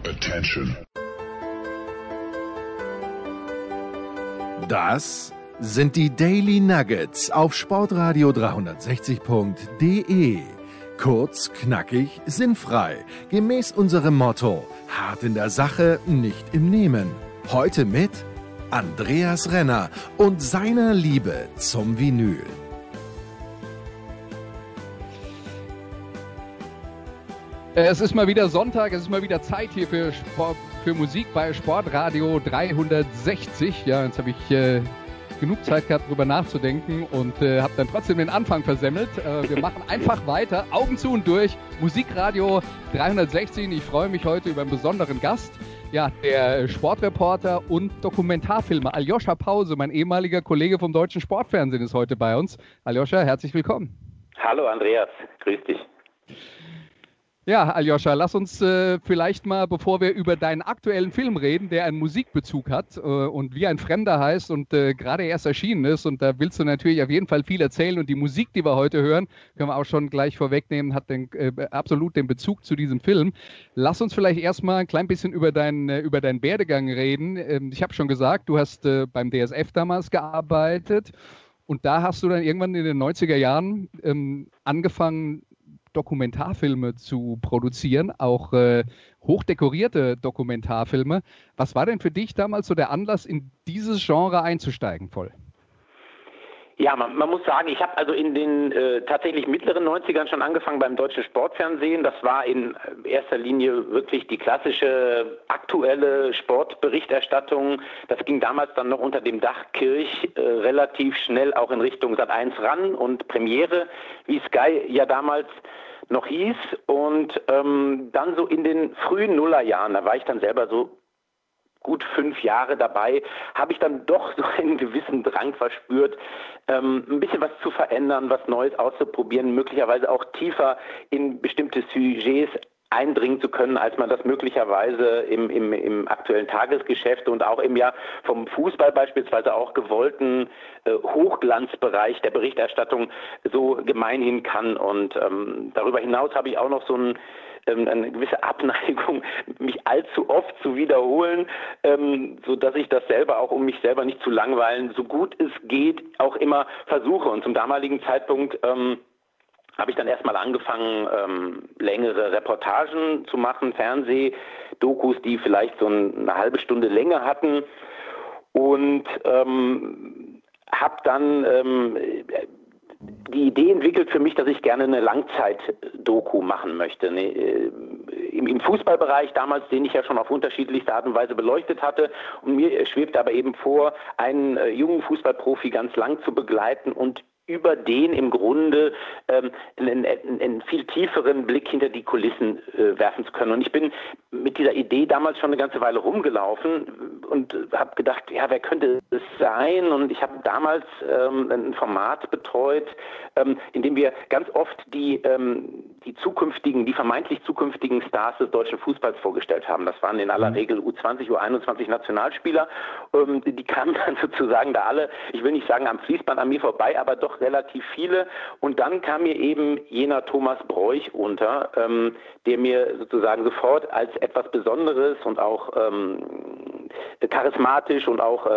Attention. Das sind die Daily Nuggets auf Sportradio 360.de. Kurz, knackig, sinnfrei. Gemäß unserem Motto: hart in der Sache, nicht im Nehmen. Heute mit Andreas Renner und seiner Liebe zum Vinyl. Es ist mal wieder Sonntag, es ist mal wieder Zeit hier für Musik bei Sportradio 360. Ja, jetzt habe ich genug Zeit gehabt, drüber nachzudenken und habe dann trotzdem den Anfang versemmelt. Wir machen einfach weiter, Augen zu und durch. Musikradio 360. Ich freue mich heute über einen besonderen Gast. Ja, der Sportreporter und Dokumentarfilmer Aljoscha Pause, mein ehemaliger Kollege vom Deutschen Sportfernsehen, ist heute bei uns. Aljoscha, herzlich willkommen. Hallo Andreas, grüß dich. Ja, Aljoscha, lass uns vielleicht mal, bevor wir über deinen aktuellen Film reden, der einen Musikbezug hat und Wie ein Fremder heißt und gerade erst erschienen ist, und da willst du natürlich auf jeden Fall viel erzählen, und die Musik, die wir heute hören, können wir auch schon gleich vorwegnehmen, hat absolut den Bezug zu diesem Film. Lass uns vielleicht erstmal ein klein bisschen über deinen Werdegang reden. Ich habe schon gesagt, du hast beim DSF damals gearbeitet, und da hast du dann irgendwann in den 90er Jahren angefangen, Dokumentarfilme zu produzieren, auch hochdekorierte Dokumentarfilme. Was war denn für dich damals so der Anlass, in dieses Genre einzusteigen, voll? Ja, man muss sagen, ich habe also in den tatsächlich mittleren 90ern schon angefangen beim Deutschen Sportfernsehen. Das war in erster Linie wirklich die klassische aktuelle Sportberichterstattung. Das ging damals dann noch unter dem Dach Kirch relativ schnell auch in Richtung Sat.1 ran und Premiere, wie Sky ja damals noch hieß. Und dann so in den frühen Nullerjahren, da war ich dann selber so gut 5 Jahre dabei, habe ich dann doch so einen gewissen Drang verspürt, ein bisschen was zu verändern, was Neues auszuprobieren, möglicherweise auch tiefer in bestimmte Sujets eindringen zu können, als man das möglicherweise im aktuellen Tagesgeschäft und auch im ja vom Fußball beispielsweise auch gewollten Hochglanzbereich der Berichterstattung so gemeinhin kann. Und darüber hinaus habe ich auch noch so eine gewisse Abneigung, mich allzu oft zu wiederholen, so dass ich das selber auch, um mich selber nicht zu langweilen, so gut es geht, auch immer versuche. Und zum damaligen Zeitpunkt habe ich dann erstmal angefangen, längere Reportagen zu machen, Fernsehdokus, die vielleicht so eine halbe Stunde Länge hatten, und habe dann die Idee entwickelt für mich, dass ich gerne eine Langzeit-Doku machen möchte. Im Fußballbereich damals, den ich ja schon auf unterschiedlichste Art und Weise beleuchtet hatte, und mir schwebte aber eben vor, einen jungen Fußballprofi ganz lang zu begleiten und über den im Grunde einen viel tieferen Blick hinter die Kulissen werfen zu können. Und ich bin mit dieser Idee damals schon eine ganze Weile rumgelaufen und habe gedacht, ja, wer könnte es sein? Und ich habe damals ein Format betreut, in dem wir ganz oft die vermeintlich zukünftigen Stars des deutschen Fußballs vorgestellt haben. Das waren in aller Regel U20, U21 Nationalspieler. Die kamen dann sozusagen da alle, ich will nicht sagen am Fließband an mir vorbei, aber doch relativ viele. Und dann kam mir eben jener Thomas Broich unter, der mir sozusagen sofort als etwas Besonderes und auch charismatisch und auch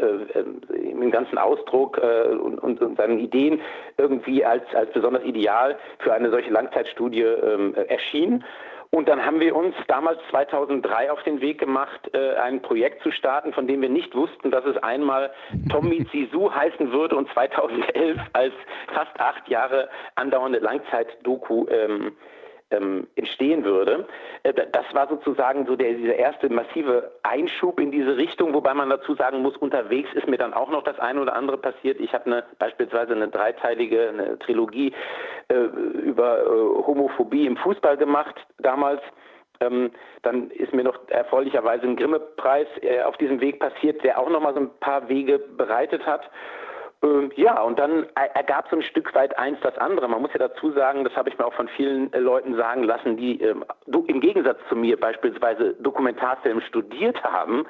im ganzen Ausdruck und seinen Ideen irgendwie als besonders ideal für eine solche Langzeitstudie erschien. Und dann haben wir uns damals 2003 auf den Weg gemacht, ein Projekt zu starten, von dem wir nicht wussten, dass es einmal Tommy Zizou heißen würde und 2011 als fast 8 Jahre andauernde Langzeit-Doku entstehen würde. Das war sozusagen so dieser erste massive Einschub in diese Richtung, wobei man dazu sagen muss, unterwegs ist mir dann auch noch das eine oder andere passiert. Ich habe beispielsweise eine dreiteilige Trilogie über Homophobie im Fußball gemacht damals. Dann ist mir noch erfreulicherweise ein Grimme-Preis auf diesem Weg passiert, der auch nochmal so ein paar Wege bereitet hat. Ja, und dann ergab so ein Stück weit eins das andere. Man muss ja dazu sagen, das habe ich mir auch von vielen Leuten sagen lassen, die im Gegensatz zu mir beispielsweise Dokumentarfilm studiert haben.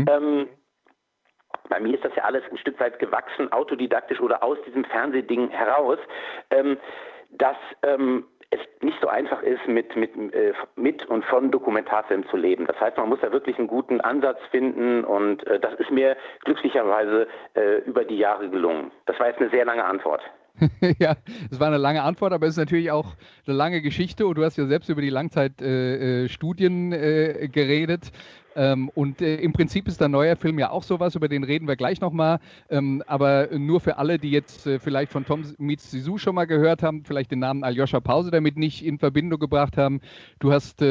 Bei mir ist das ja alles ein Stück weit gewachsen, autodidaktisch oder aus diesem Fernsehding heraus, dass es nicht so einfach ist, mit und von Dokumentarfilm zu leben. Das heißt, man muss da wirklich einen guten Ansatz finden und das ist mir glücklicherweise über die Jahre gelungen. Das war jetzt eine sehr lange Antwort. Ja, es war eine lange Antwort, aber es ist natürlich auch eine lange Geschichte und du hast ja selbst über die Langzeitstudien geredet. Und im Prinzip ist der neue Film ja auch sowas, über den reden wir gleich nochmal. Aber nur für alle, die jetzt vielleicht von Tom Meets Zizou schon mal gehört haben, vielleicht den Namen Aljoscha Pause damit nicht in Verbindung gebracht haben. Du hast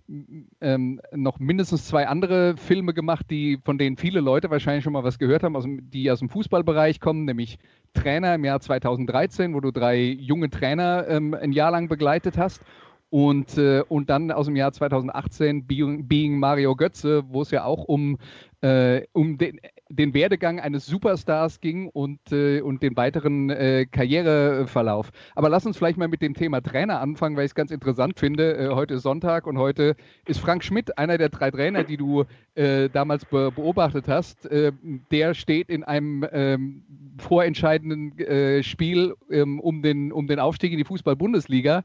noch mindestens 2 andere Filme gemacht, von denen viele Leute wahrscheinlich schon mal was gehört haben, die aus dem Fußballbereich kommen, nämlich Trainer im Jahr 2013, wo du 3 junge Trainer ein Jahr lang begleitet hast. Und dann aus dem Jahr 2018 Being Mario Götze, wo es ja auch um den Werdegang eines Superstars ging und den weiteren Karriereverlauf. Aber lass uns vielleicht mal mit dem Thema Trainer anfangen, weil ich es ganz interessant finde. Heute ist Sonntag und heute ist Frank Schmidt, einer der 3 Trainer, die du damals beobachtet hast. Der steht in einem vorentscheidenden Spiel um den Aufstieg in die Fußball-Bundesliga.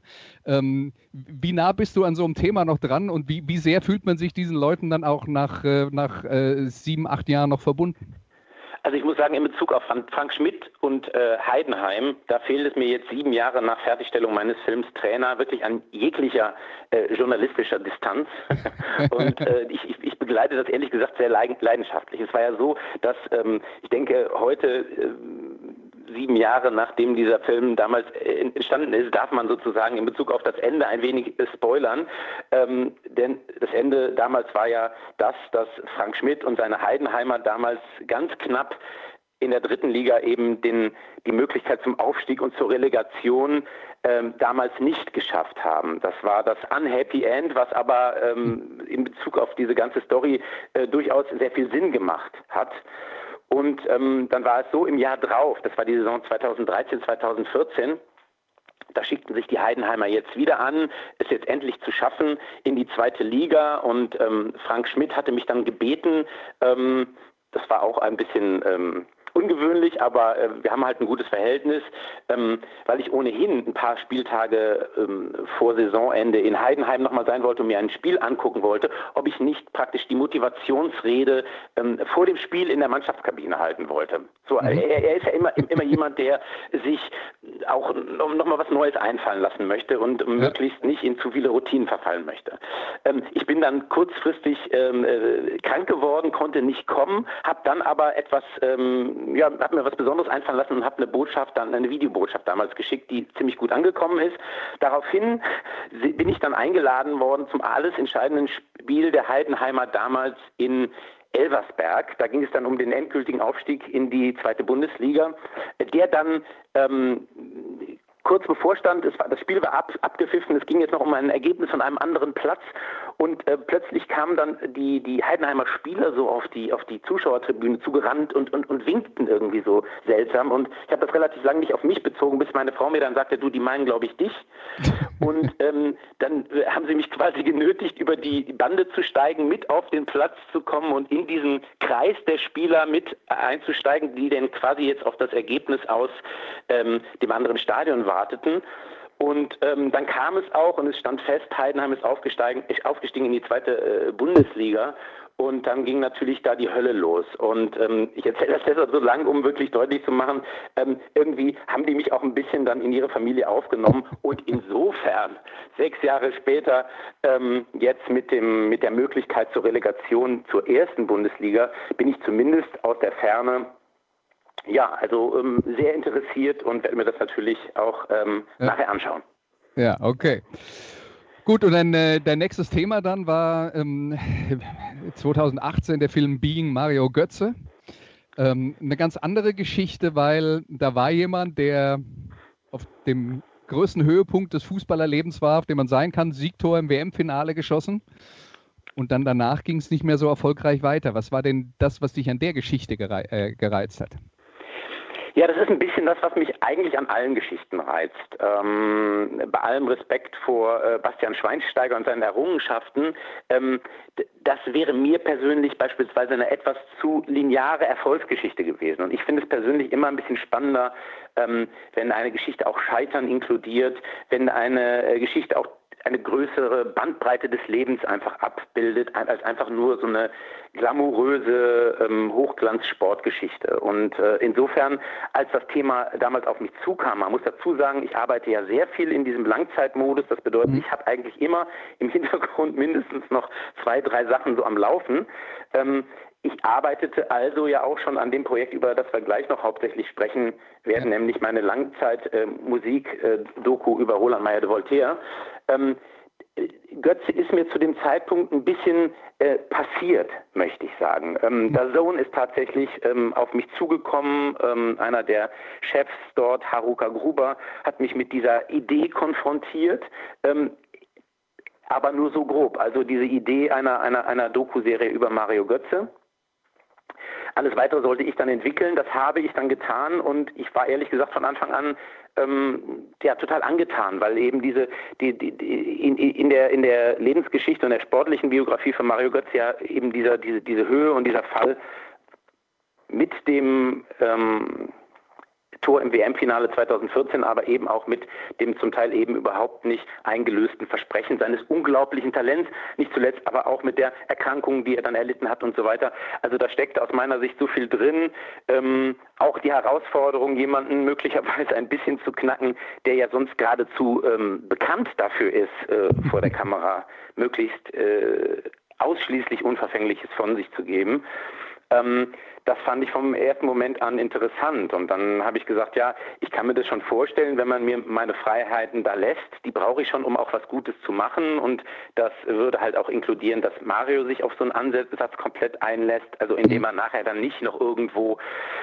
Wie nah bist du an so einem Thema noch dran und wie sehr fühlt man sich diesen Leuten dann auch nach 7, 8 Jahren noch verbunden? Also ich muss sagen, in Bezug auf Frank Schmidt und Heidenheim, da fehlt es mir jetzt 7 Jahre nach Fertigstellung meines Films Trainer wirklich an jeglicher journalistischer Distanz. Und ich begleite das ehrlich gesagt sehr leidenschaftlich. Es war ja so, dass ich denke, heute 7 Jahre nachdem dieser Film damals entstanden ist, darf man sozusagen in Bezug auf das Ende ein wenig spoilern. Denn das Ende damals war ja das, dass Frank Schmidt und seine Heidenheimer damals ganz knapp in der 3. Liga eben die Möglichkeit zum Aufstieg und zur Relegation damals nicht geschafft haben. Das war das Unhappy End, was aber in Bezug auf diese ganze Story durchaus sehr viel Sinn gemacht hat. Und dann war es so im Jahr drauf, das war die Saison 2013, 2014, da schickten sich die Heidenheimer jetzt wieder an, es jetzt endlich zu schaffen in die 2. Liga. Und Frank Schmidt hatte mich dann gebeten, das war auch ein bisschen ungewöhnlich, aber wir haben halt ein gutes Verhältnis, weil ich ohnehin ein paar Spieltage vor Saisonende in Heidenheim nochmal sein wollte und mir ein Spiel angucken wollte, ob ich nicht praktisch die Motivationsrede vor dem Spiel in der Mannschaftskabine halten wollte. So, er ist ja immer jemand, der sich auch nochmal was Neues einfallen lassen möchte und möglichst nicht in zu viele Routinen verfallen möchte. Ich bin dann kurzfristig krank geworden, konnte nicht kommen, habe dann aber etwas habe mir was Besonderes einfallen lassen und habe eine Videobotschaft damals geschickt, die ziemlich gut angekommen ist. Daraufhin bin ich dann eingeladen worden zum alles entscheidenden Spiel der Heidenheimer damals in Elversberg. Da ging es dann um den endgültigen Aufstieg in die 2. Bundesliga, der dann kurz bevorstand, das Spiel war abgepfiffen, es ging jetzt noch um ein Ergebnis von einem anderen Platz und plötzlich kamen dann die Heidenheimer Spieler so auf die Zuschauertribüne zugerannt und winkten irgendwie so seltsam und ich habe das relativ lange nicht auf mich bezogen, bis meine Frau mir dann sagte, du, die meinen glaube ich dich und dann haben sie mich quasi genötigt, über die Bande zu steigen, mit auf den Platz zu kommen und in diesen Kreis der Spieler mit einzusteigen, die denn quasi jetzt auf das Ergebnis aus dem anderen Stadion warteten. Und dann kam es auch und es stand fest, Heidenheim ist aufgestiegen in die 2. Bundesliga und dann ging natürlich da die Hölle los. Und ich erzähle das deshalb so lang, um wirklich deutlich zu machen, irgendwie haben die mich auch ein bisschen dann in ihre Familie aufgenommen und insofern 6 Jahre später jetzt mit der Möglichkeit zur Relegation zur 1. Bundesliga bin ich zumindest aus der Ferne sehr interessiert und werde mir das natürlich auch nachher anschauen. Ja, okay. Gut, und dann dein nächstes Thema dann war 2018 der Film Being Mario Götze. Eine ganz andere Geschichte, weil da war jemand, der auf dem größten Höhepunkt des Fußballerlebens war, auf dem man sein kann, Siegtor im WM-Finale geschossen. Und dann danach ging es nicht mehr so erfolgreich weiter. Was war denn das, was dich an der Geschichte gereizt hat? Ja, das ist ein bisschen das, was mich eigentlich an allen Geschichten reizt. Bei allem Respekt vor Bastian Schweinsteiger und seinen Errungenschaften, das wäre mir persönlich beispielsweise eine etwas zu lineare Erfolgsgeschichte gewesen. Und ich finde es persönlich immer ein bisschen spannender, wenn eine Geschichte auch Scheitern inkludiert, wenn eine Geschichte auch eine größere Bandbreite des Lebens einfach abbildet, als einfach nur so eine glamouröse Hochglanz-Sportgeschichte. Und insofern, als das Thema damals auf mich zukam, man muss dazu sagen, ich arbeite ja sehr viel in diesem Langzeitmodus. Das bedeutet, ich habe eigentlich immer im Hintergrund mindestens noch 2, 3 Sachen so am Laufen. Ich arbeitete also ja auch schon an dem Projekt, über das wir gleich noch hauptsächlich sprechen werden, nämlich meine Langzeit-Musik-Doku über Roland Mayr de Voltaire. Götze ist mir zu dem Zeitpunkt ein bisschen passiert, möchte ich sagen. DAZN ist tatsächlich auf mich zugekommen. Einer der Chefs dort, Haruka Gruber, hat mich mit dieser Idee konfrontiert. Aber nur so grob. Also diese Idee einer Doku-Serie über Mario Götze. Alles Weitere sollte ich dann entwickeln, das habe ich dann getan und ich war ehrlich gesagt von Anfang an total angetan, weil eben in der Lebensgeschichte und der sportlichen Biografie von Mario Götze ja eben diese Höhe und dieser Fall mit dem Tor im WM-Finale 2014, aber eben auch mit dem zum Teil eben überhaupt nicht eingelösten Versprechen seines unglaublichen Talents, nicht zuletzt aber auch mit der Erkrankung, die er dann erlitten hat und so weiter. Also da steckt aus meiner Sicht so viel drin. Auch die Herausforderung, jemanden möglicherweise ein bisschen zu knacken, der ja sonst geradezu bekannt dafür ist, vor der Kamera möglichst ausschließlich Unverfängliches von sich zu geben. Das fand ich vom ersten Moment an interessant und dann habe ich gesagt, ja, ich kann mir das schon vorstellen, wenn man mir meine Freiheiten da lässt, die brauche ich schon, um auch was Gutes zu machen und das würde halt auch inkludieren, dass Mario sich auf so einen Ansatz komplett einlässt, also indem man nachher dann nicht noch irgendwo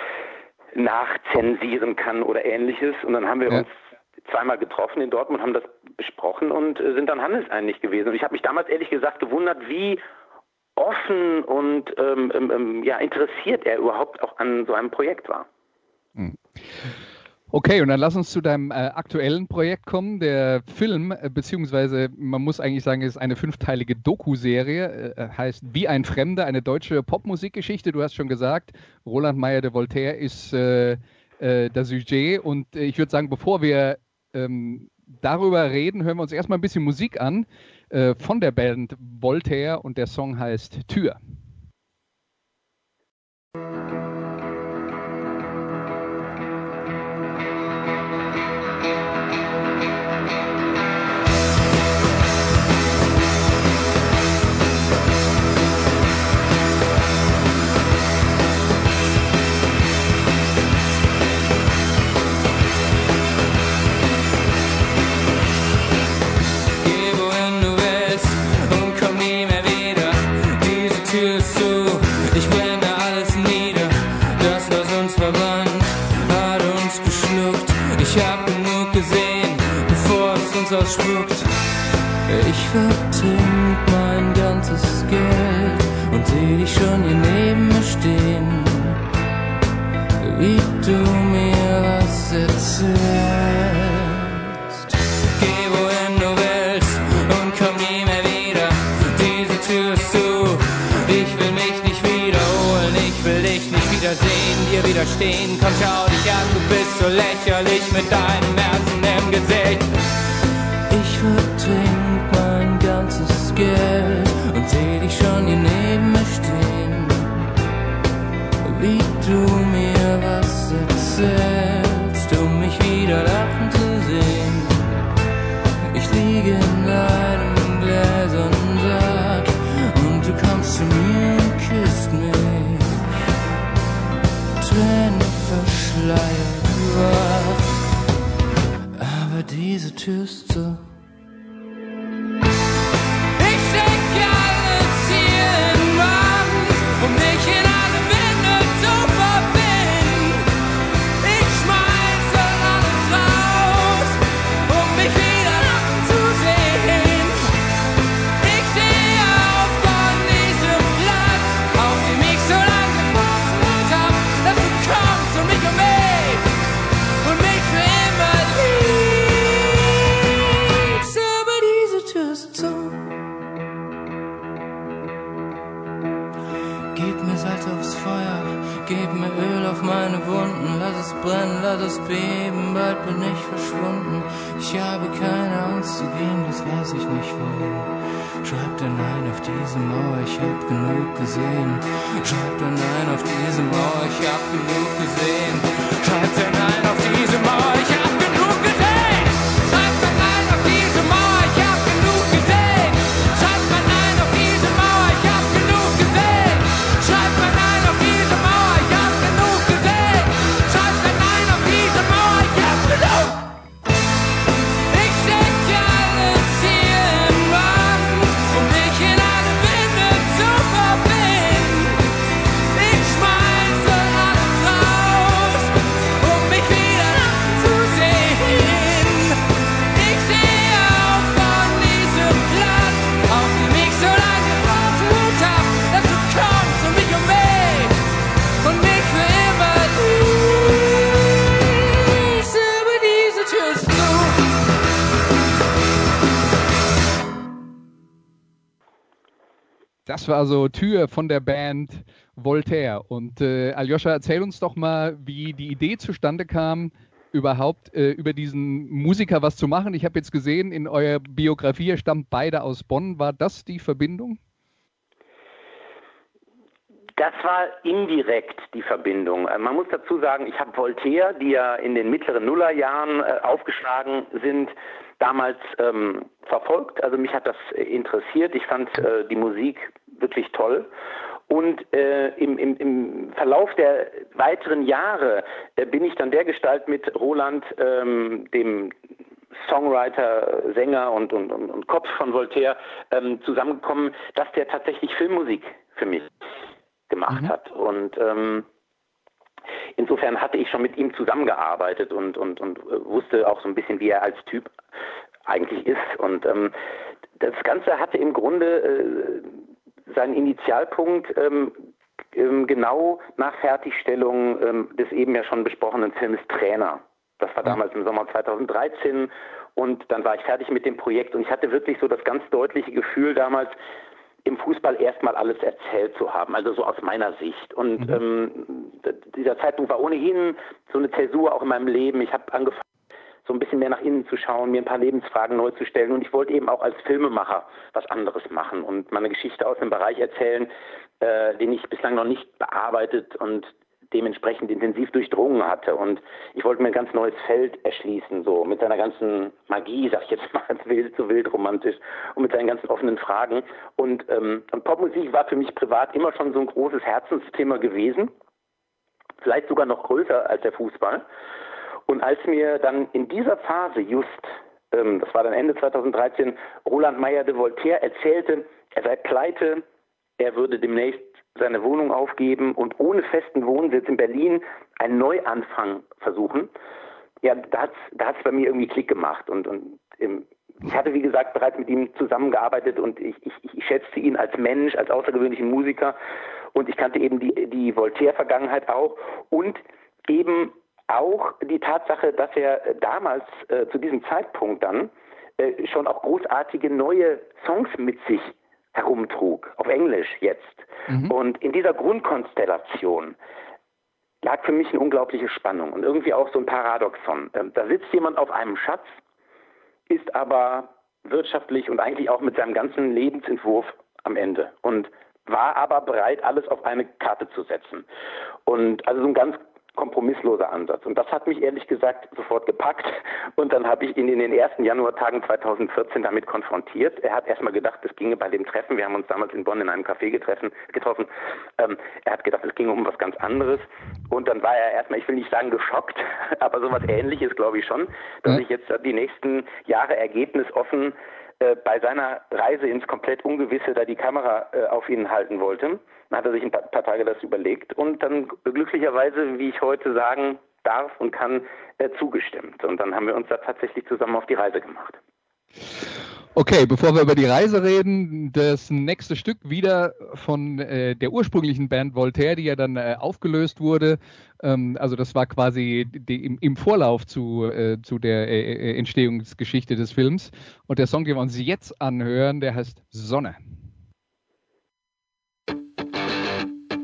nachzensieren kann oder ähnliches und dann haben wir uns zweimal getroffen in Dortmund, haben das besprochen und sind dann handelseinig gewesen und ich habe mich damals ehrlich gesagt gewundert, wie offen und interessiert er überhaupt auch an so einem Projekt war. Okay, und dann lass uns zu deinem aktuellen Projekt kommen. Der Film, beziehungsweise man muss eigentlich sagen, es ist eine 5-teilige Doku-Serie, heißt Wie ein Fremder, eine deutsche Popmusikgeschichte. Du hast schon gesagt, Roland Mayr de Voltaire ist das Sujet und ich würde sagen, bevor wir darüber reden, hören wir uns erstmal ein bisschen Musik an von der Band Voltaire und der Song heißt Tür. Ausspuckt. Ich vertrink mein ganzes Geld und seh dich schon hier neben mir stehen, wie du mir was erzählst. Geh wohin du willst und komm nie mehr wieder, diese Tür ist zu, ich will mich nicht wiederholen, ich will dich nicht wiedersehen, dir widerstehen, komm schau dich an, du bist so lächerlich mit deinem Herzen im Gesicht. Ich vertrink mein ganzes Geld und seh dich schon hier neben mir stehen, wie du mir was erzählst, um mich wieder lachen zu sehen. Ich liege in einem gläsernen Sarg und du kommst zu mir und küsst mich, Tränen verschleiert wach, aber diese Tür ist Gib mir Salz aufs Feuer, gib mir Öl auf meine Wunden, lass es brennen, lass es beben, bald bin ich verschwunden. Ich habe keine Angst zu gehen, das weiß ich nicht wohin. Schreib dein Nein auf diese Mauer, ich hab genug gesehen. Schreib dein Nein auf diese Mauer, ich hab genug gesehen. Schreib dein Nein auf diese Mauer, ich hab genug gesehen. Schreib dein Nein auf diese Mauer, ich hab genug gesehen. Schreib dein Nein auf diese Mauer, ich hab genug gesehen. Schreib dein Nein auf diese Mauer, ich hab genug gesehen. Schreib dein Nein auf diese Mauer, ich hab genug. Ich steck alles hier im Wand, um dich in eine Winde zu verbinden. Ich schmeiße alles raus, um mich wieder zu sehen. Ich stehe auf von diesem Platz, auf dem ich so lange versucht hab, dass du kommst und mich umwehst und mich für immer liebst. Über diese Tür ist zu. Das war so Tür von der Band Voltaire. Und Aljoscha, erzähl uns doch mal, wie die Idee zustande kam, überhaupt über diesen Musiker was zu machen. Ich habe jetzt gesehen, in eurer Biografie, ihr stammt beide aus Bonn. War das die Verbindung? Das war indirekt die Verbindung. Man muss dazu sagen, ich habe Voltaire, die ja in den mittleren Nullerjahren aufgeschlagen sind, damals verfolgt. Also mich hat das interessiert. Ich fand die Musik wirklich toll. Und im Verlauf der weiteren Jahre bin ich dann dergestalt mit Roland, dem Songwriter, Sänger und Kopf von Voltaire, zusammengekommen, dass der tatsächlich Filmmusik für mich gemacht hat. Und insofern hatte ich schon mit ihm zusammengearbeitet und wusste auch so ein bisschen, wie er als Typ eigentlich ist. Und das Ganze hatte im Grunde seinen Initialpunkt genau nach Fertigstellung des eben ja schon besprochenen Films Trainer. Das war damals im Sommer 2013 und dann war ich fertig mit dem Projekt und ich hatte wirklich so das ganz deutliche Gefühl damals, im Fußball erstmal alles erzählt zu haben, also so aus meiner Sicht. Und dieser Zeitpunkt war ohnehin so eine Zäsur auch in meinem Leben. Ich habe angefangen, so ein bisschen mehr nach innen zu schauen, mir ein paar Lebensfragen neu zu stellen und ich wollte eben auch als Filmemacher was anderes machen und meine Geschichte aus einem Bereich erzählen, den ich bislang noch nicht bearbeitet und dementsprechend intensiv durchdrungen hatte. Und ich wollte mir ein ganz neues Feld erschließen, so mit seiner ganzen Magie, sag ich jetzt mal, so wild romantisch und mit seinen ganzen offenen Fragen. Und Popmusik war für mich privat immer schon so ein großes Herzensthema gewesen, vielleicht sogar noch größer als der Fußball. Und als mir dann in dieser Phase just, das war dann Ende 2013, Roland Meyer de Voltaire erzählte, er sei pleite, er würde demnächst seine Wohnung aufgeben und ohne festen Wohnsitz in Berlin einen Neuanfang versuchen. Ja, da hat's bei mir irgendwie Klick gemacht und ich hatte, wie gesagt, bereits mit ihm zusammengearbeitet und ich schätzte ihn als Mensch, als außergewöhnlichen Musiker und ich kannte eben die Voltaire-Vergangenheit auch und eben auch die Tatsache, dass er damals zu diesem Zeitpunkt dann schon auch großartige neue Songs mit sich herumtrug, auf Englisch jetzt. Und in dieser Grundkonstellation lag für mich eine unglaubliche Spannung und irgendwie auch so ein Paradoxon. Da sitzt jemand auf einem Schatz, ist aber wirtschaftlich und eigentlich auch mit seinem ganzen Lebensentwurf am Ende und war aber bereit, alles auf eine Karte zu setzen. Und also so ein ganz kompromissloser Ansatz. Und das hat mich ehrlich gesagt sofort gepackt. Und dann habe ich ihn in den ersten Januartagen 2014 damit konfrontiert. Er hat erstmal gedacht, es ginge bei dem Treffen, wir haben uns damals in Bonn in einem Café getroffen, er hat gedacht, es ginge um was ganz anderes. Und dann war er erstmal, ich will nicht sagen geschockt, aber sowas Ähnliches glaube ich schon, dass ich jetzt die nächsten Jahre ergebnisoffen bei seiner Reise ins komplett Ungewisse da die Kamera auf ihn halten wollte. Dann hat er sich ein paar Tage das überlegt und dann glücklicherweise, wie ich heute sagen darf und kann, zugestimmt. Und dann haben wir uns da tatsächlich zusammen auf die Reise gemacht. Okay, bevor wir über die Reise reden, das nächste Stück wieder von der ursprünglichen Band Voltaire, die ja dann aufgelöst wurde. Also das war quasi im Vorlauf zu der Entstehungsgeschichte des Films. Und der Song, den wir uns jetzt anhören, der heißt Sonne.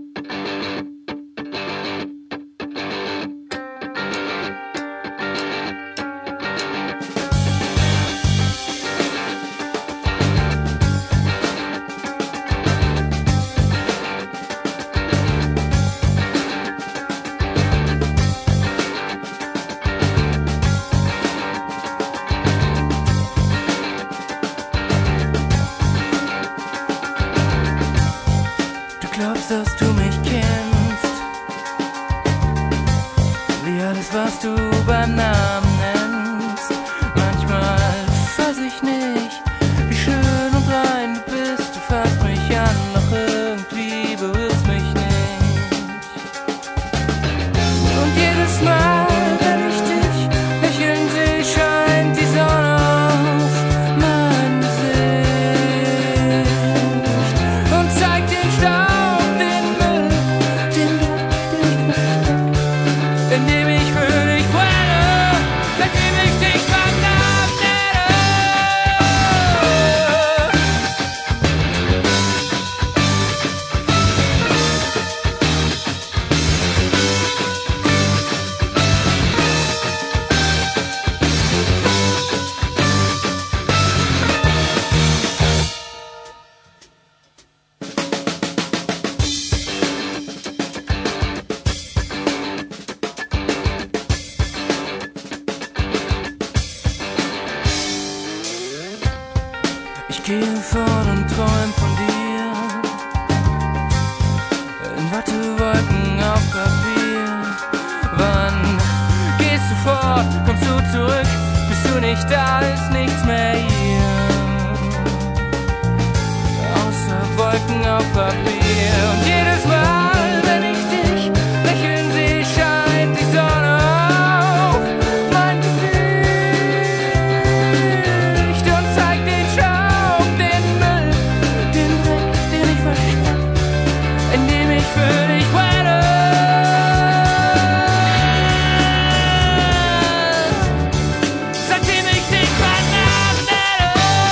Gedanken auf Papier. Und jedes Mal, wenn ich dich lächeln sehe, scheint die Sonne auf mein Gesicht und zeigt den Schaum, den Müll, den Dreck, den ich versteck, indem ich für dich brenne. Seitdem ich dich vernahm nenne.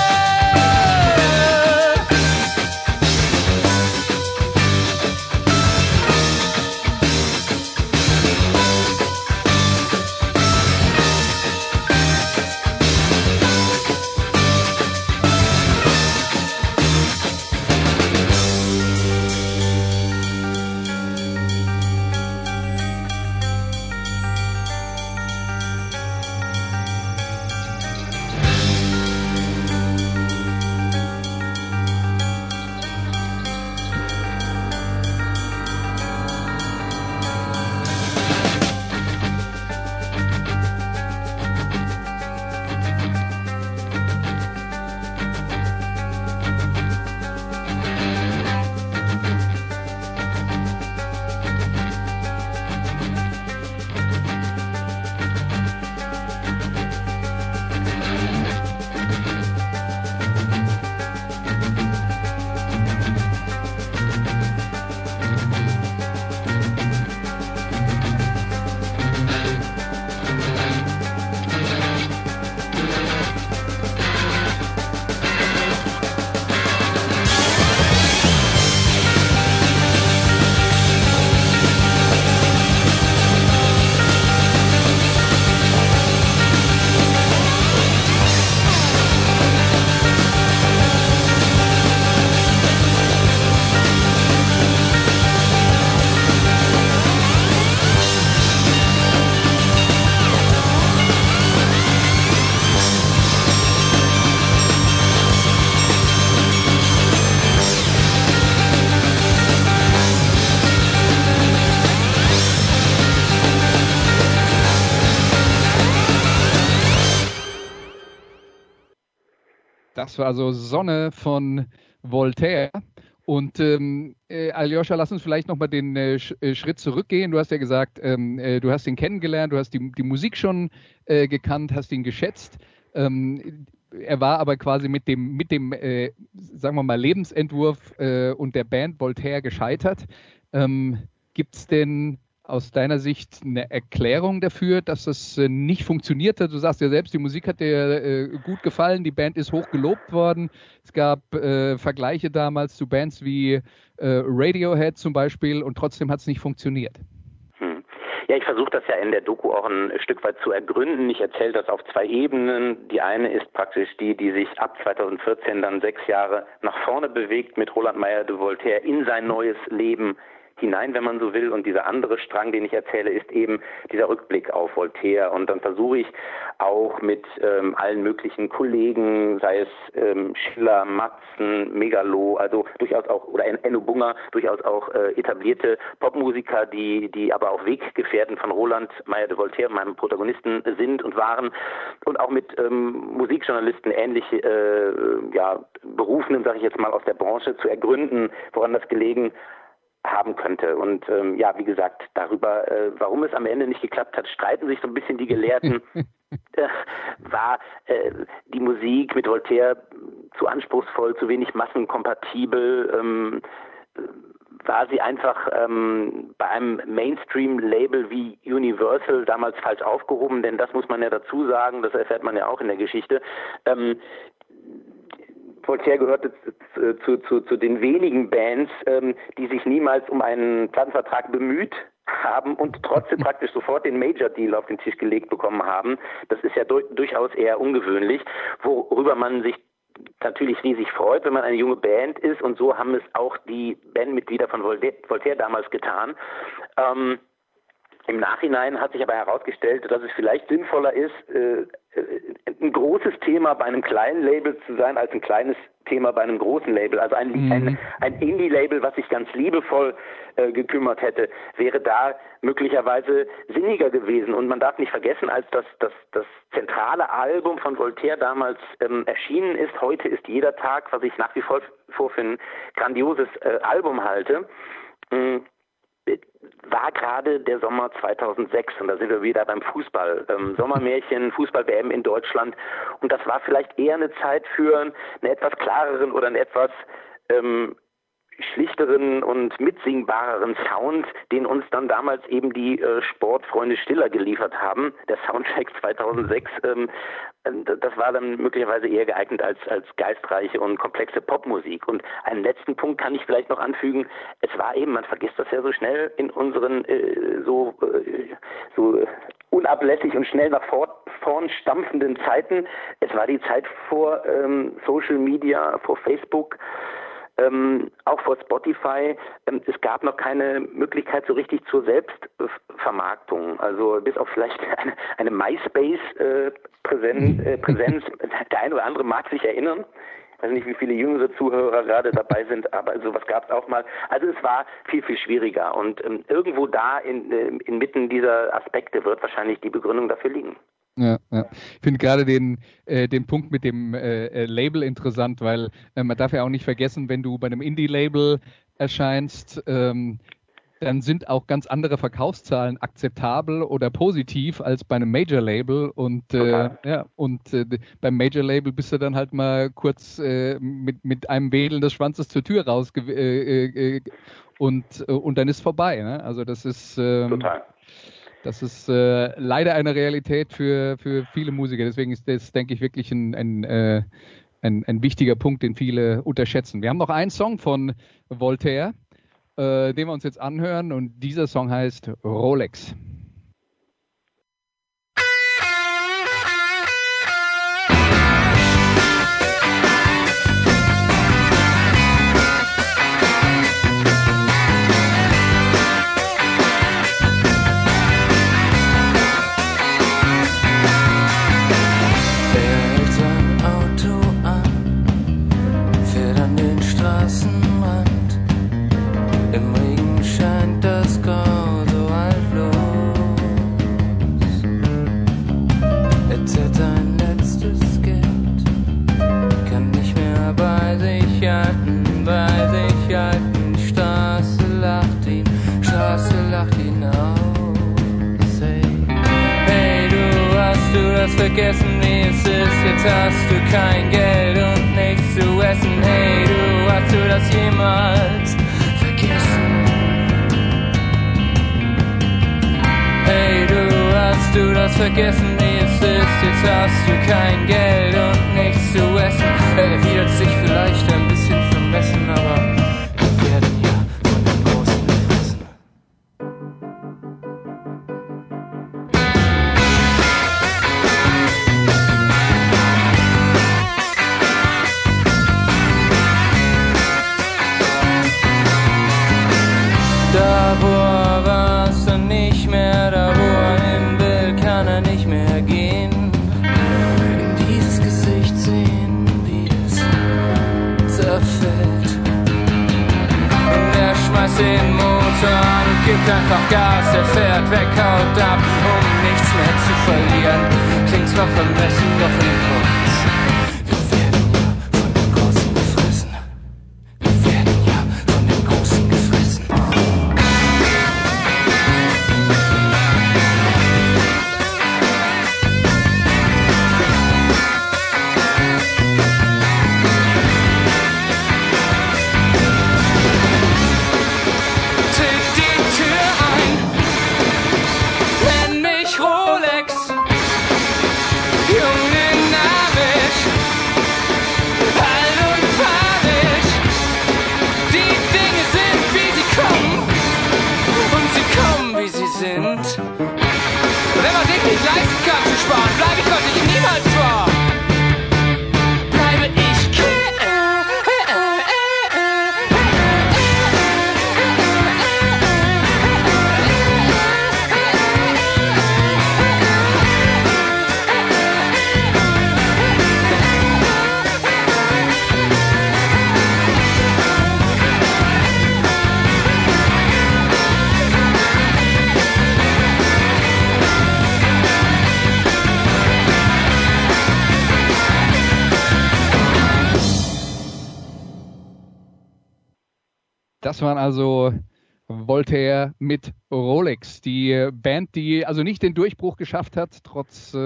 Das war also Sonne von Voltaire. Und Aljoscha, lass uns vielleicht nochmal den Schritt zurückgehen. Du hast ja gesagt, du hast ihn kennengelernt, du hast die Musik schon gekannt, hast ihn geschätzt. Er war aber quasi mit dem sagen wir mal, Lebensentwurf und der Band Voltaire gescheitert. Gibt es denn aus deiner Sicht eine Erklärung dafür, dass das nicht funktioniert hat? Du sagst ja selbst, die Musik hat dir gut gefallen, die Band ist hoch gelobt worden. Es gab Vergleiche damals zu Bands wie Radiohead zum Beispiel und trotzdem hat es nicht funktioniert. Ja, ich versuche das ja in der Doku auch ein Stück weit zu ergründen. Ich erzähle das auf zwei Ebenen. Die eine ist praktisch die sich ab 2014 dann 6 Jahre nach vorne bewegt mit Roland Mayr de Voltaire in sein neues Leben hinein, wenn man so will. Und dieser andere Strang, den ich erzähle, ist eben dieser Rückblick auf Voltaire. Und dann versuche ich auch mit allen möglichen Kollegen, sei es Schiller, Matzen, Megalo, also durchaus auch, oder Enno Bunger, durchaus auch etablierte Popmusiker, die aber auch Weggefährten von Roland Mayr de Voltaire, meinem Protagonisten, sind und waren. Und auch mit Musikjournalisten ähnlich Berufenen, sage ich jetzt mal, aus der Branche zu ergründen, woran das gelegen haben könnte. Und wie gesagt, darüber, warum es am Ende nicht geklappt hat, streiten sich so ein bisschen die Gelehrten. War die Musik mit Voltaire zu anspruchsvoll, zu wenig massenkompatibel, war sie einfach bei einem Mainstream-Label wie Universal damals falsch aufgehoben, denn das muss man ja dazu sagen, das erfährt man ja auch in der Geschichte. Voltaire gehörte zu den wenigen Bands, die sich niemals um einen Plattenvertrag bemüht haben und trotzdem praktisch sofort den Major-Deal auf den Tisch gelegt bekommen haben. Das ist ja durchaus eher ungewöhnlich, worüber man sich natürlich riesig freut, wenn man eine junge Band ist, und so haben es auch die Bandmitglieder von Voltaire damals getan. Im Nachhinein hat sich aber herausgestellt, dass es vielleicht sinnvoller ist, ein großes Thema bei einem kleinen Label zu sein, als ein kleines Thema bei einem großen Label. Also ein Indie-Label, was sich ganz liebevoll gekümmert hätte, wäre da möglicherweise sinniger gewesen. Und man darf nicht vergessen, als das zentrale Album von Voltaire damals erschienen ist, heute ist jeder Tag, was ich nach wie vor für ein grandioses Album halte, war gerade der Sommer 2006 und da sind wir wieder beim Fußball. Sommermärchen, Fußball-WM in Deutschland und das war vielleicht eher eine Zeit für einen etwas klareren oder einen etwas schlichteren und mitsingbareren Sound, den uns dann damals eben die Sportfreunde Stiller geliefert haben. Der Soundtrack 2006, das war dann möglicherweise eher geeignet als geistreiche und komplexe Popmusik. Und einen letzten Punkt kann ich vielleicht noch anfügen. Es war eben, man vergisst das ja so schnell in unseren so unablässig und schnell nach vorn stampfenden Zeiten. Es war die Zeit vor Social Media, vor Facebook, auch vor Spotify. Es gab noch keine Möglichkeit so richtig zur Selbstvermarktung. Also bis auf vielleicht eine MySpace-Präsenz. Der eine oder andere mag sich erinnern. Ich weiß nicht, wie viele jüngere Zuhörer gerade dabei sind, aber sowas gab es auch mal. Also es war viel, viel schwieriger. Und irgendwo da inmitten dieser Aspekte wird wahrscheinlich die Begründung dafür liegen. Ja. Ich finde gerade den Punkt mit dem Label interessant, weil man darf ja auch nicht vergessen, wenn du bei einem Indie-Label erscheinst, dann sind auch ganz andere Verkaufszahlen akzeptabel oder positiv als bei einem Major-Label und beim Major-Label bist du dann halt mal kurz mit einem Wedeln des Schwanzes zur Tür raus und dann ist vorbei. Ne? Also das ist total. Das ist leider eine Realität für viele Musiker. Deswegen ist das, denke ich, wirklich ein wichtiger Punkt, den viele unterschätzen. Wir haben noch einen Song von Voltaire, den wir uns jetzt anhören. Und dieser Song heißt Rolex. Im Regen scheint das Grau so haltlos. Er zählt sein letztes Geld, kann nicht mehr bei sich halten. Die Straße lacht ihn aus. Hey, hast du das vergessen, wie es ist? Jetzt hast du kein Geld und nichts zu essen. Hey, hast du das jemals vergessen? Hey, hast du das vergessen, wie es ist? Jetzt hast du kein Geld und nichts zu essen. Er erwidert sich vielleicht ein bisschen vermessen, aber wir werden ja von den Großen gefressen. Da wo er war, ist er nicht mehr, da wo er hin will, kann er nicht mehr gehen. In dieses Gesicht sehen, wie es zerfällt. Und er schmeißt den Motor an und gibt einfach Gas, er fährt weg, haut ab, um nichts mehr zu verlieren. Klingt zwar vermessen, doch in kurz. Wir werden ja von den Großen gefressen. Wir werden ja von den Großen gefressen. Tritt die Tür ein, nenn mich Rolex, jung dynamisch, alt und panisch. Die Dinge sind, wie sie kommen, und sie kommen, wie sie sind. Wenn man sich nicht leisten kann zu sparen, bleibe ich, was ich niemals war. Bleibe ich Das waren also Voltaire mit Rolex, die Band, die also nicht den Durchbruch geschafft hat, trotz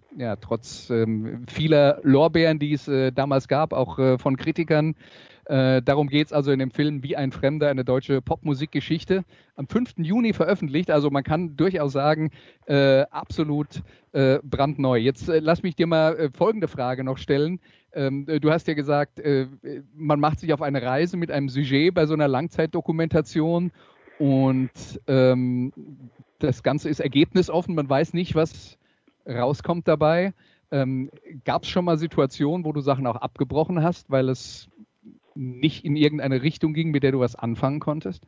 vieler Lorbeeren, die es damals gab, auch von Kritikern. Darum geht es also in dem Film Wie ein Fremder, eine deutsche Popmusikgeschichte. Am 5. Juni veröffentlicht, also man kann durchaus sagen, absolut brandneu. Jetzt lass mich dir mal folgende Frage noch stellen. Du hast ja gesagt, man macht sich auf eine Reise mit einem Sujet bei so einer Langzeitdokumentation und das Ganze ist ergebnisoffen. Man weiß nicht, was rauskommt dabei. Gab es schon mal Situationen, wo du Sachen auch abgebrochen hast, weil es nicht in irgendeine Richtung ging, mit der du was anfangen konntest?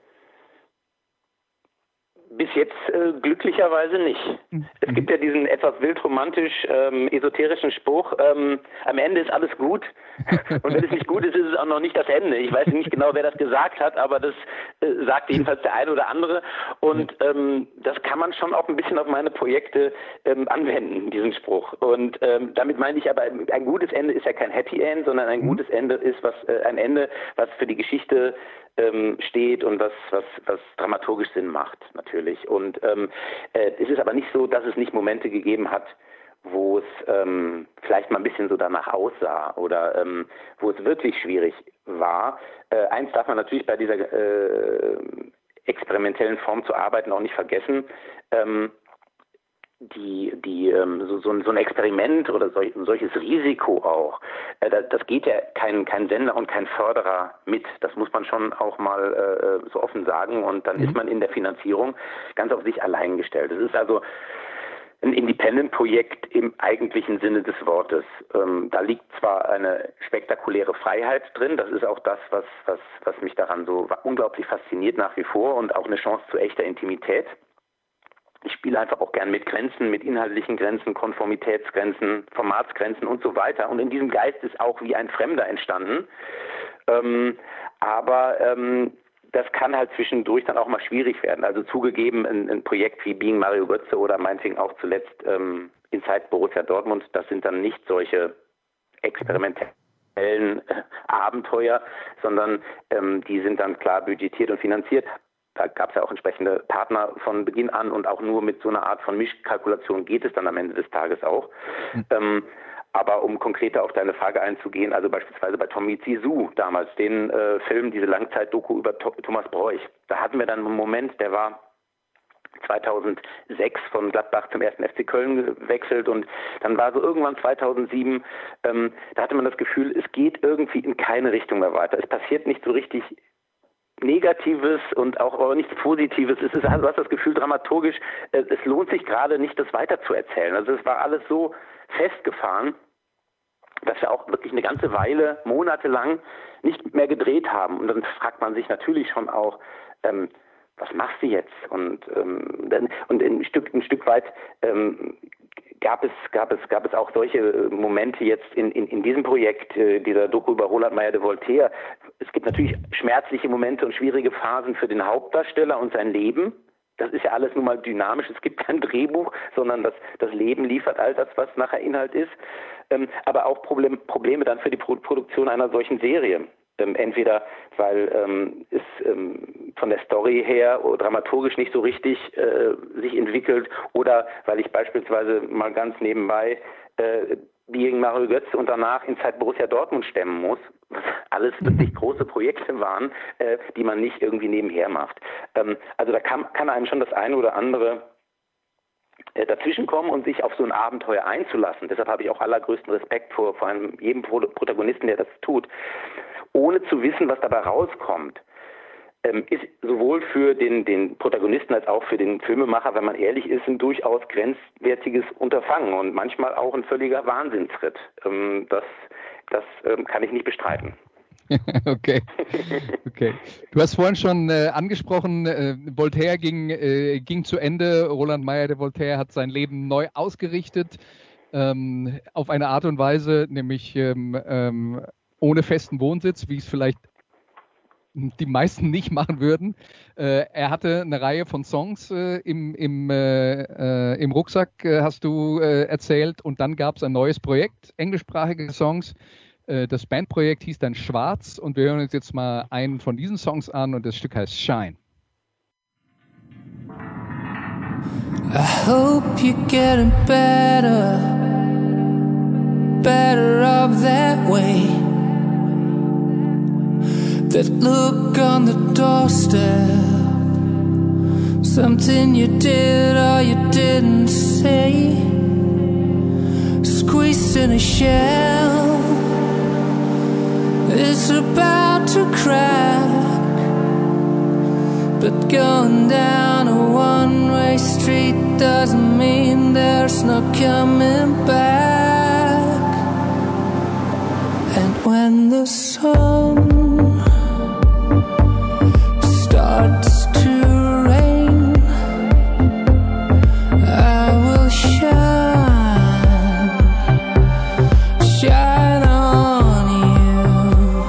Bis jetzt glücklicherweise nicht. Es gibt ja diesen etwas wildromantisch esoterischen Spruch, am Ende ist alles gut und wenn es nicht gut ist, ist es auch noch nicht das Ende. Ich weiß nicht genau, wer das gesagt hat, aber das sagt jedenfalls der eine oder andere und das kann man schon auch ein bisschen auf meine Projekte anwenden, diesen Spruch. Und damit meine ich aber, ein gutes Ende ist ja kein Happy End, sondern ein gutes Ende ist ein Ende, was für die Geschichte steht und was dramaturgisch Sinn macht, natürlich. Und es ist aber nicht so, dass es nicht Momente gegeben hat, wo es vielleicht mal ein bisschen so danach aussah oder wo es wirklich schwierig war. Eins darf man natürlich bei dieser experimentellen Form zu arbeiten auch nicht vergessen. So ein Experiment oder ein solches Risiko auch, das geht ja kein Sender und kein Förderer mit. Das muss man schon auch mal so offen sagen. Und dann ist man in der Finanzierung ganz auf sich allein gestellt. Es ist also ein Independent-Projekt im eigentlichen Sinne des Wortes. Da liegt zwar eine spektakuläre Freiheit drin, das ist auch das, was mich daran so unglaublich fasziniert nach wie vor und auch eine Chance zu echter Intimität. Ich spiele einfach auch gern mit Grenzen, mit inhaltlichen Grenzen, Konformitätsgrenzen, Formatsgrenzen und so weiter. Und in diesem Geist ist auch Wie ein Fremder entstanden. Aber das kann halt zwischendurch dann auch mal schwierig werden. Also zugegeben, ein Projekt wie Being Mario Götze oder meinetwegen auch zuletzt Inside Borussia Dortmund, das sind dann nicht solche experimentellen Abenteuer, sondern die sind dann klar budgetiert und finanziert. Da gab es ja auch entsprechende Partner von Beginn an und auch nur mit so einer Art von Mischkalkulation geht es dann am Ende des Tages auch. Aber um konkreter auf deine Frage einzugehen, also beispielsweise bei Tommy Zizou damals, den Film, diese Langzeitdoku über Thomas Broich, da hatten wir dann einen Moment, der war 2006 von Gladbach zum 1. FC Köln gewechselt und dann war so irgendwann 2007, da hatte man das Gefühl, es geht irgendwie in keine Richtung mehr weiter. Es passiert nicht so richtig Negatives und auch nichts Positives. Es ist, du hast das Gefühl, dramaturgisch, es lohnt sich gerade nicht, das weiterzuerzählen. Also es war alles so festgefahren, dass wir auch wirklich eine ganze Weile, monatelang nicht mehr gedreht haben. Und dann fragt man sich natürlich schon auch, was machst du jetzt? Und ein Stück weit gab es auch solche Momente jetzt in diesem Projekt, dieser Doku über Roland Mayr de Voltaire. Es gibt natürlich schmerzliche Momente und schwierige Phasen für den Hauptdarsteller und sein Leben. Das ist ja alles nun mal dynamisch. Es gibt kein Drehbuch, sondern das Leben liefert all das, was nachher Inhalt ist. Aber auch Probleme dann für die Produktion einer solchen Serie. Entweder weil es von der Story her dramaturgisch nicht so richtig sich entwickelt oder weil ich beispielsweise mal ganz nebenbei Being Mario Götze und danach Inside Borussia Dortmund stemmen muss, was alles wirklich große Projekte waren, die man nicht irgendwie nebenher macht. Also da kann einem schon das eine oder andere dazwischenkommen und sich auf so ein Abenteuer einzulassen. Deshalb habe ich auch allergrößten Respekt vor jedem Protagonisten, der das tut. Ohne zu wissen, was dabei rauskommt, ist sowohl für den Protagonisten als auch für den Filmemacher, wenn man ehrlich ist, ein durchaus grenzwertiges Unterfangen und manchmal auch ein völliger Wahnsinnsritt. Das kann ich nicht bestreiten. Okay. Du hast vorhin schon angesprochen, Voltaire ging zu Ende. Roland Mayr de Voltaire hat sein Leben neu ausgerichtet, auf eine Art und Weise, nämlich ohne festen Wohnsitz, wie es vielleicht die meisten nicht machen würden. Er hatte eine Reihe von Songs im Rucksack, hast du erzählt, und dann gab es ein neues Projekt, englischsprachige Songs. Das Bandprojekt hieß dann Schwarz und wir hören uns jetzt mal einen von diesen Songs an und das Stück heißt Shine. I hope you're getting better off that way. That look on the doorstep, something you did or you didn't say, squeezed in a shell, it's about to crack, but going down a one-way street doesn't mean there's no coming back. And when the sun starts to rain, I will shine on you.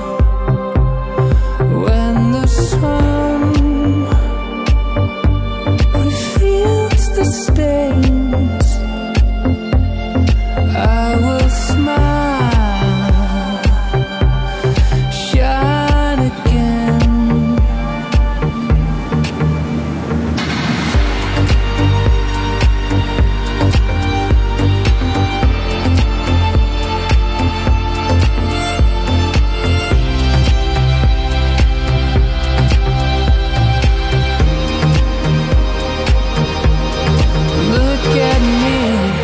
When the sun reveals the stains, I will smile, shine again. Look at me,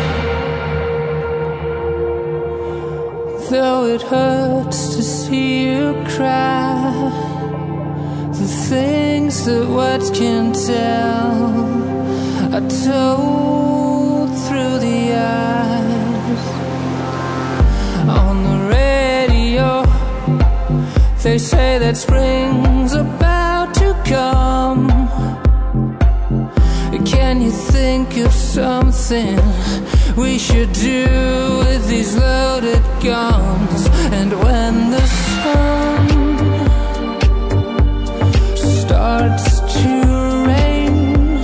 though it hurts to see you cry. The things that words can tell are told through the eyes. On the radio, they say that spring's about to come. Can you think of something we should do with these loaded guns? And when the sun starts to rain,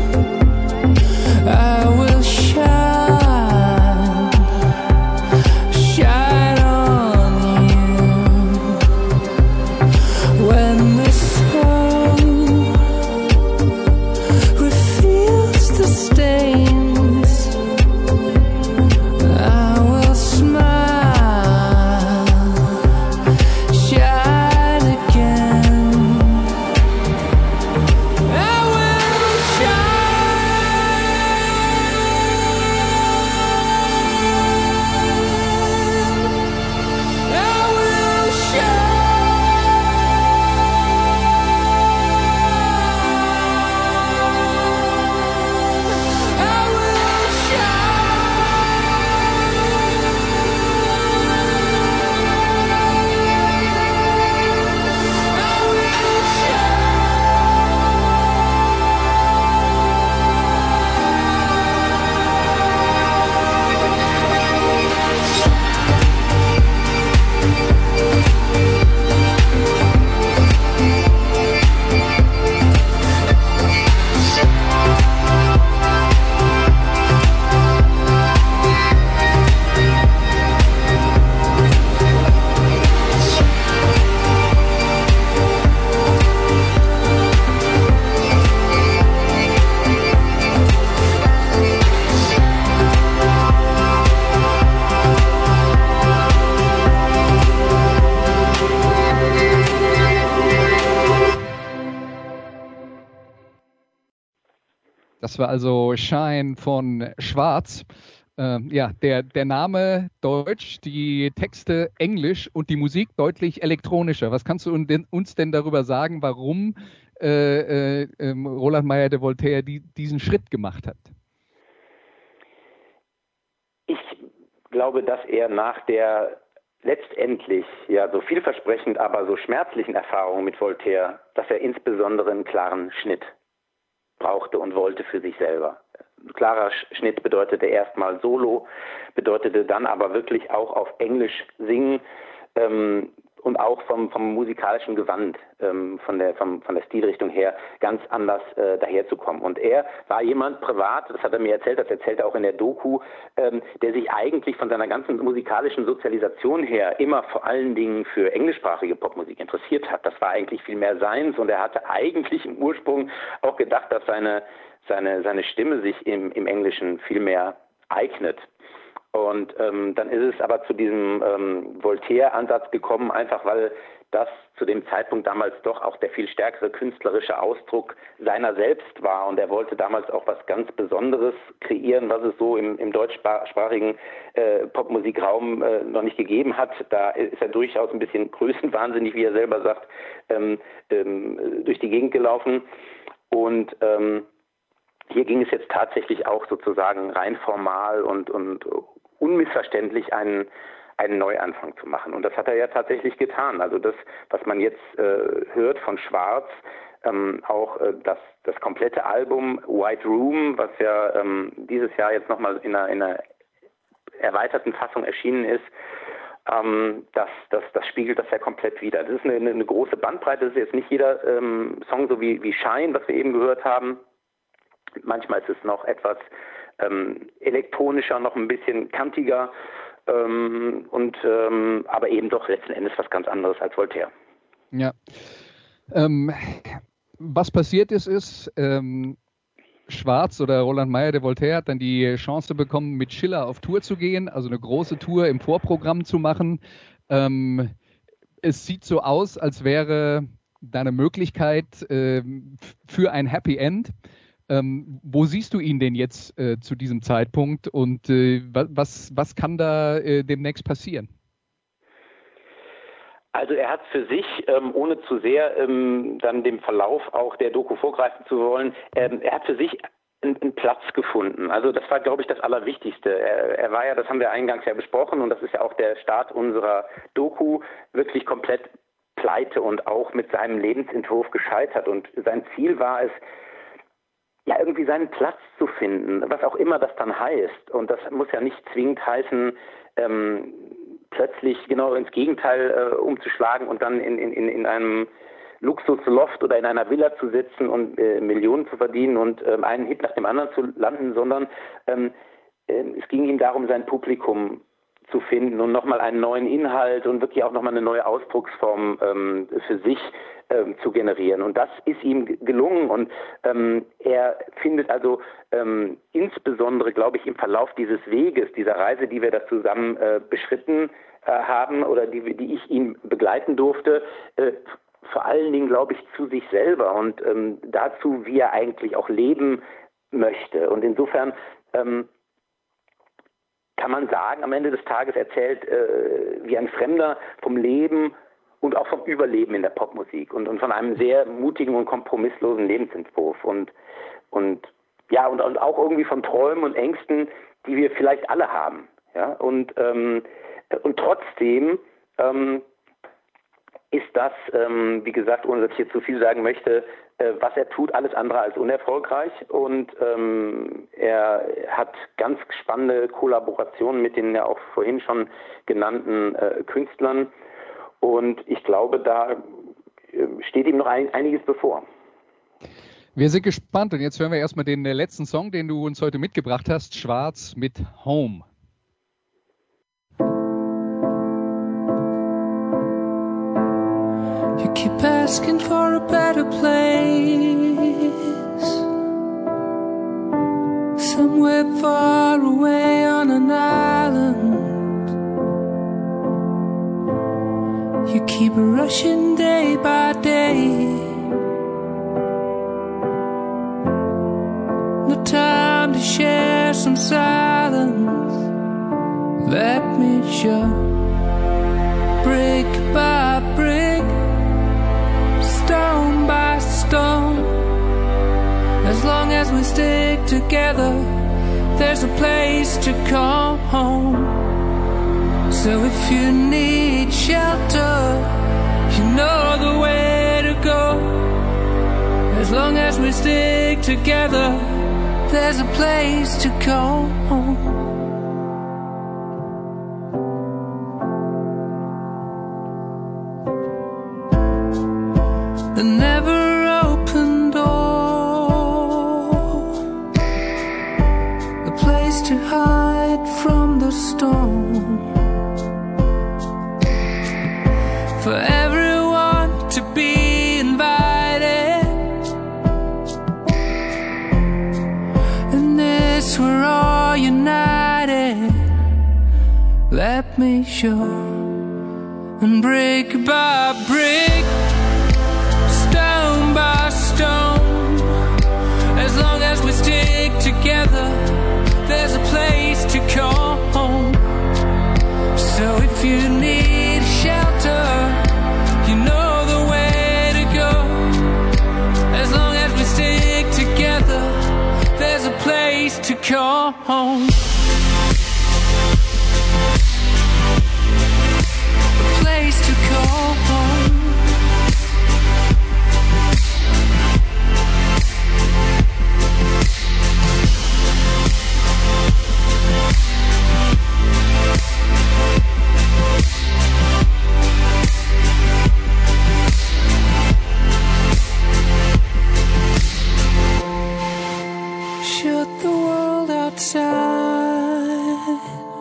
I will shine on you. When the sun reveals the stains, I will smile, shine again. I will shine. I will shine. I will Das war also Shine von Schwarz. Ja, der Name Deutsch, die Texte Englisch und die Musik deutlich elektronischer. Was kannst du uns denn darüber sagen, warum Roland Mayr de Voltaire diesen Schritt gemacht hat? Ich glaube, dass er nach der letztendlich ja so vielversprechend, aber so schmerzlichen Erfahrung mit Voltaire, dass er insbesondere einen klaren Schnitt brauchte und wollte für sich selber. Ein klarer Schnitt bedeutete erstmal Solo, bedeutete dann aber wirklich auch auf Englisch singen. und auch vom musikalischen Gewand, von der Stilrichtung her ganz anders daherzukommen. Und er war jemand privat, das hat er mir erzählt, das erzählt er auch in der Doku, der sich eigentlich von seiner ganzen musikalischen Sozialisation her immer vor allen Dingen für englischsprachige Popmusik interessiert hat. Das war eigentlich viel mehr seins, und er hatte eigentlich im Ursprung auch gedacht, dass seine Stimme sich im Englischen viel mehr eignet. Und dann ist es aber zu diesem Voltaire-Ansatz gekommen, einfach weil das zu dem Zeitpunkt damals doch auch der viel stärkere künstlerische Ausdruck seiner selbst war. Und er wollte damals auch was ganz Besonderes kreieren, was es so im deutschsprachigen Popmusikraum noch nicht gegeben hat. Da ist er durchaus ein bisschen größenwahnsinnig, wie er selber sagt, durch die Gegend gelaufen. Und hier ging es jetzt tatsächlich auch sozusagen rein formal und unmissverständlich einen Neuanfang zu machen. Und das hat er ja tatsächlich getan. Also das, was man jetzt hört von Schwarz, auch das komplette Album White Room, was ja dieses Jahr jetzt nochmal in einer erweiterten Fassung erschienen ist, das spiegelt das ja komplett wider. Das ist eine große Bandbreite. Das ist jetzt nicht jeder Song so wie Shine, was wir eben gehört haben. Manchmal ist es noch etwas elektronischer, noch ein bisschen kantiger, aber eben doch letzten Endes was ganz anderes als Voltaire. Ja. Was passiert ist, Schwarz oder Roland Mayr de Voltaire hat dann die Chance bekommen, mit Schiller auf Tour zu gehen, also eine große Tour im Vorprogramm zu machen. Es sieht so aus, als wäre da eine Möglichkeit für ein Happy End. Wo siehst du ihn denn jetzt zu diesem Zeitpunkt, und was kann da demnächst passieren? Also er hat für sich, ohne zu sehr dann dem Verlauf auch der Doku vorgreifen zu wollen, er hat für sich einen Platz gefunden. Also das war, glaube ich, das Allerwichtigste. Er war ja, das haben wir eingangs ja besprochen, und das ist ja auch der Start unserer Doku, wirklich komplett pleite und auch mit seinem Lebensentwurf gescheitert. Und sein Ziel war es, ja, irgendwie seinen Platz zu finden, was auch immer das dann heißt. Und das muss ja nicht zwingend heißen, plötzlich genau ins Gegenteil umzuschlagen und dann in einem Luxusloft oder in einer Villa zu sitzen und Millionen zu verdienen und einen Hit nach dem anderen zu landen, sondern es ging ihm darum, sein Publikum zu finden und nochmal einen neuen Inhalt und wirklich auch nochmal eine neue Ausdrucksform für sich zu generieren. Und das ist ihm gelungen, und er findet also insbesondere, glaube ich, im Verlauf dieses Weges, dieser Reise, die wir da zusammen beschritten haben oder die ich ihn begleiten durfte, vor allen Dingen, glaube ich, zu sich selber und dazu, wie er eigentlich auch leben möchte. Und insofern kann man sagen, am Ende des Tages erzählt wie ein Fremder vom Leben und auch vom Überleben in der Popmusik und von einem sehr mutigen und kompromisslosen Lebensentwurf und auch irgendwie von Träumen und Ängsten, die wir vielleicht alle haben. Ja? Und trotzdem ist das, wie gesagt, ohne dass ich jetzt zu viel sagen möchte, was er tut, alles andere als unerfolgreich, und er hat ganz spannende Kollaborationen mit den ja auch vorhin schon genannten Künstlern, und ich glaube, da steht ihm noch einiges bevor. Wir sind gespannt, und jetzt hören wir erstmal den letzten Song, den du uns heute mitgebracht hast, Schwarz mit Home. You keep asking for a better place, somewhere far away on an island. You keep rushing day by day, no time to share some silence. Let me show, brick by brick, stone by stone. As long as we stick together, there's a place to call home. So if you need shelter, you know the way to go. As long as we stick together, there's a place to call home. never open door, a place to hide from the storm, for everyone to be invited. In this we're all united. Let me show, and brick by brick, stone by stone, as long as we stick together, there's a place to call home. So if you need shelter, you know the way to go. As long as we stick together, there's a place to call home. A place to call home. Shut the world outside.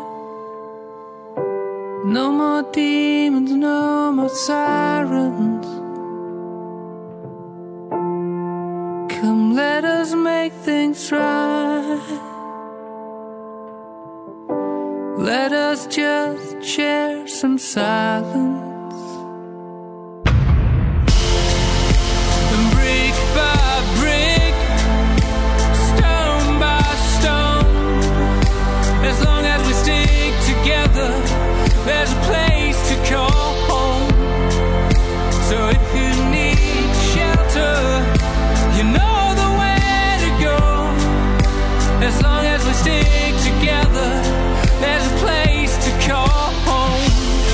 No more demons, no more sirens. Come, let us make things right. Let us just share some silence. And brick by brick, stone by stone, as long as we stick together, there's a place to call home. So if you need shelter, you know the way to go. As long as we stick together, there's a place to call home.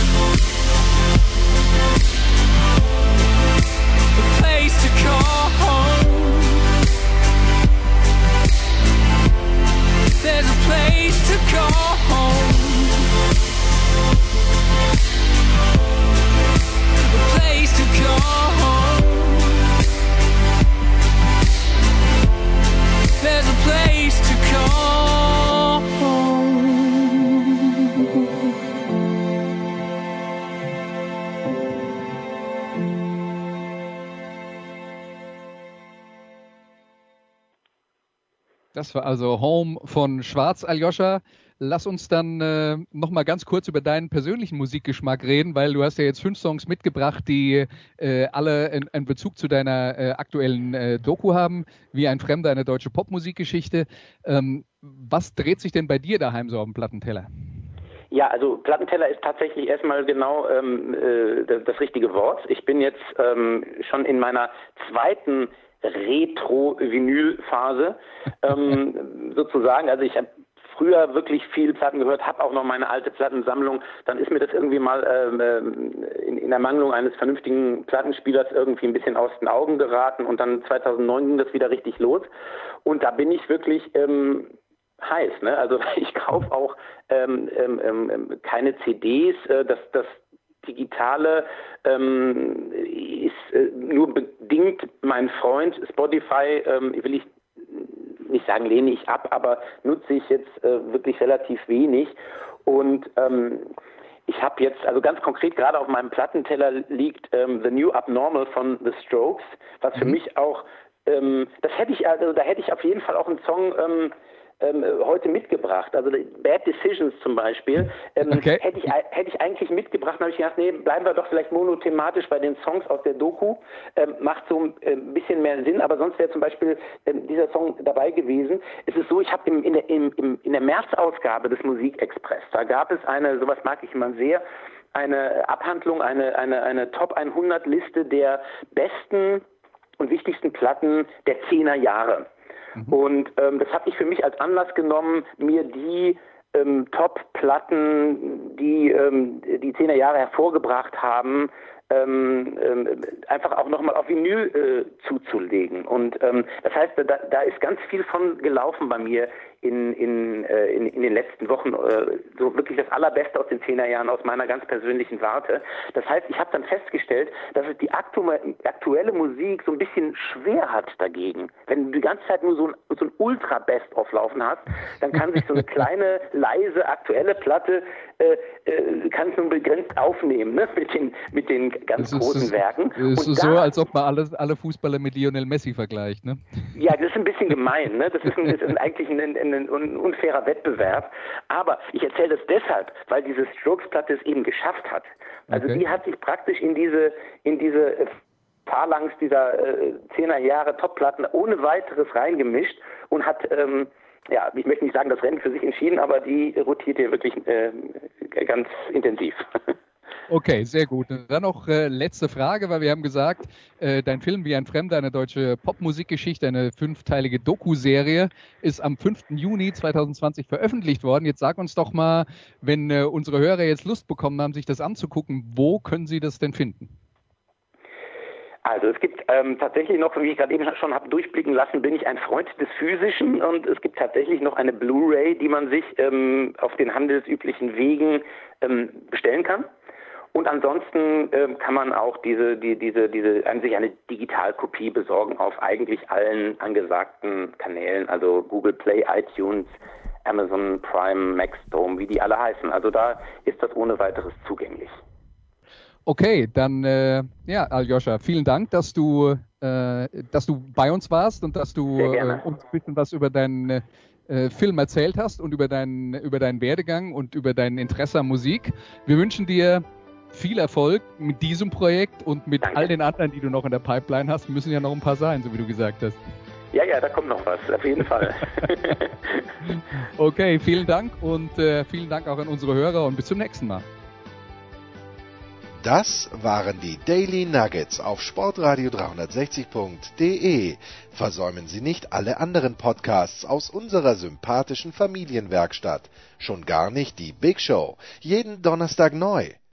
A place to call home. There's a place to call home. A place to call home. There's a place to call home. Das war also Home von Schwarz, Aljoscha. Lass uns dann noch mal ganz kurz über deinen persönlichen Musikgeschmack reden, weil du hast ja jetzt 5 Songs mitgebracht, die alle einen Bezug zu deiner aktuellen Doku haben, wie ein Fremder, eine deutsche Popmusikgeschichte. Was dreht sich denn bei dir daheim so auf dem Plattenteller? Ja, also Plattenteller ist tatsächlich erstmal genau das richtige Wort. Ich bin jetzt schon in meiner zweiten Retro-Vinyl-Phase sozusagen. Also ich habe früher wirklich viel Platten gehört, habe auch noch meine alte Plattensammlung. Dann ist mir das irgendwie mal in Ermangelung eines vernünftigen Plattenspielers irgendwie ein bisschen aus den Augen geraten und dann 2009 ging das wieder richtig los. Und da bin ich wirklich heiß. Ne? Also ich kaufe auch keine CDs, das Digitale ist nur bedingt mein Freund. Spotify will ich nicht sagen, lehne ich ab, aber nutze ich jetzt wirklich relativ wenig. Und ich habe jetzt, also ganz konkret, gerade auf meinem Plattenteller liegt The New Abnormal von The Strokes, was für mich auch, da hätte ich auf jeden Fall auch einen Song heute mitgebracht. Also Bad Decisions zum Beispiel Okay. hätte ich eigentlich mitgebracht. Dann habe ich gedacht, nee, bleiben wir doch vielleicht monothematisch bei den Songs aus der Doku. Macht so ein bisschen mehr Sinn, aber sonst wäre zum Beispiel dieser Song dabei gewesen. Es ist so, ich habe in der März-Ausgabe des Musikexpress, da gab es sowas mag ich immer sehr, eine Abhandlung, eine Top 100 Liste der besten und wichtigsten Platten der 10er Jahre. Und das habe ich für mich als Anlass genommen, mir die Top-Platten, die die 10er Jahre hervorgebracht haben, einfach auch nochmal auf Vinyl zuzulegen. Und das heißt, da ist ganz viel von gelaufen bei mir in den letzten Wochen so wirklich das Allerbeste aus den 10er Jahren aus meiner ganz persönlichen Warte. Das heißt, ich habe dann festgestellt, dass es die aktuelle Musik so ein bisschen schwer hat dagegen. Wenn du die ganze Zeit nur so ein Ultra-Best-of laufen hast, dann kann sich so eine kleine, leise, aktuelle Platte kannst nur begrenzt aufnehmen, ne? mit den ganz großen Werken. Es ist so, als ob man alle Fußballer mit Lionel Messi vergleicht, ne? Ja, das ist ein bisschen gemein, ne? Das ist eigentlich ein unfairer Wettbewerb. Aber ich erzähle das deshalb, weil diese Strokes-Platte es eben geschafft hat. Also die hat sich praktisch in diese Phalanx dieser 10er Jahre Top-Platten ohne weiteres reingemischt und hat ich möchte nicht sagen, das Rennen für sich entschieden, aber die rotiert hier wirklich ganz intensiv. Okay, sehr gut. Und dann noch letzte Frage, weil wir haben gesagt, dein Film Wie ein Fremder, eine deutsche Popmusikgeschichte, eine 5-teilige Doku-Serie, ist am 5. Juni 2020 veröffentlicht worden. Jetzt sag uns doch mal, wenn unsere Hörer jetzt Lust bekommen haben, sich das anzugucken, wo können sie das denn finden? Also es gibt tatsächlich noch, wie ich gerade eben schon habe durchblicken lassen, bin ich ein Freund des Physischen und es gibt tatsächlich noch eine Blu-ray, die man sich auf den handelsüblichen Wegen bestellen kann. Und ansonsten kann man auch an sich eine Digitalkopie besorgen auf eigentlich allen angesagten Kanälen, also Google Play, iTunes, Amazon Prime, Maxdome, wie die alle heißen. Also da ist das ohne weiteres zugänglich. Okay, dann Aljoscha, vielen Dank, dass du bei uns warst und dass du uns ein bisschen was über deinen Film erzählt hast und über deinen Werdegang und über dein Interesse an Musik. Wir wünschen dir viel Erfolg mit diesem Projekt und mit all den anderen, die du noch in der Pipeline hast. Müssen ja noch ein paar sein, so wie du gesagt hast. Ja, da kommt noch was, auf jeden Fall. Okay, vielen Dank und vielen Dank auch an unsere Hörer und bis zum nächsten Mal. Das waren die Daily Nuggets auf sportradio360.de. Versäumen Sie nicht alle anderen Podcasts aus unserer sympathischen Familienwerkstatt. Schon gar nicht die Big Show. Jeden Donnerstag neu.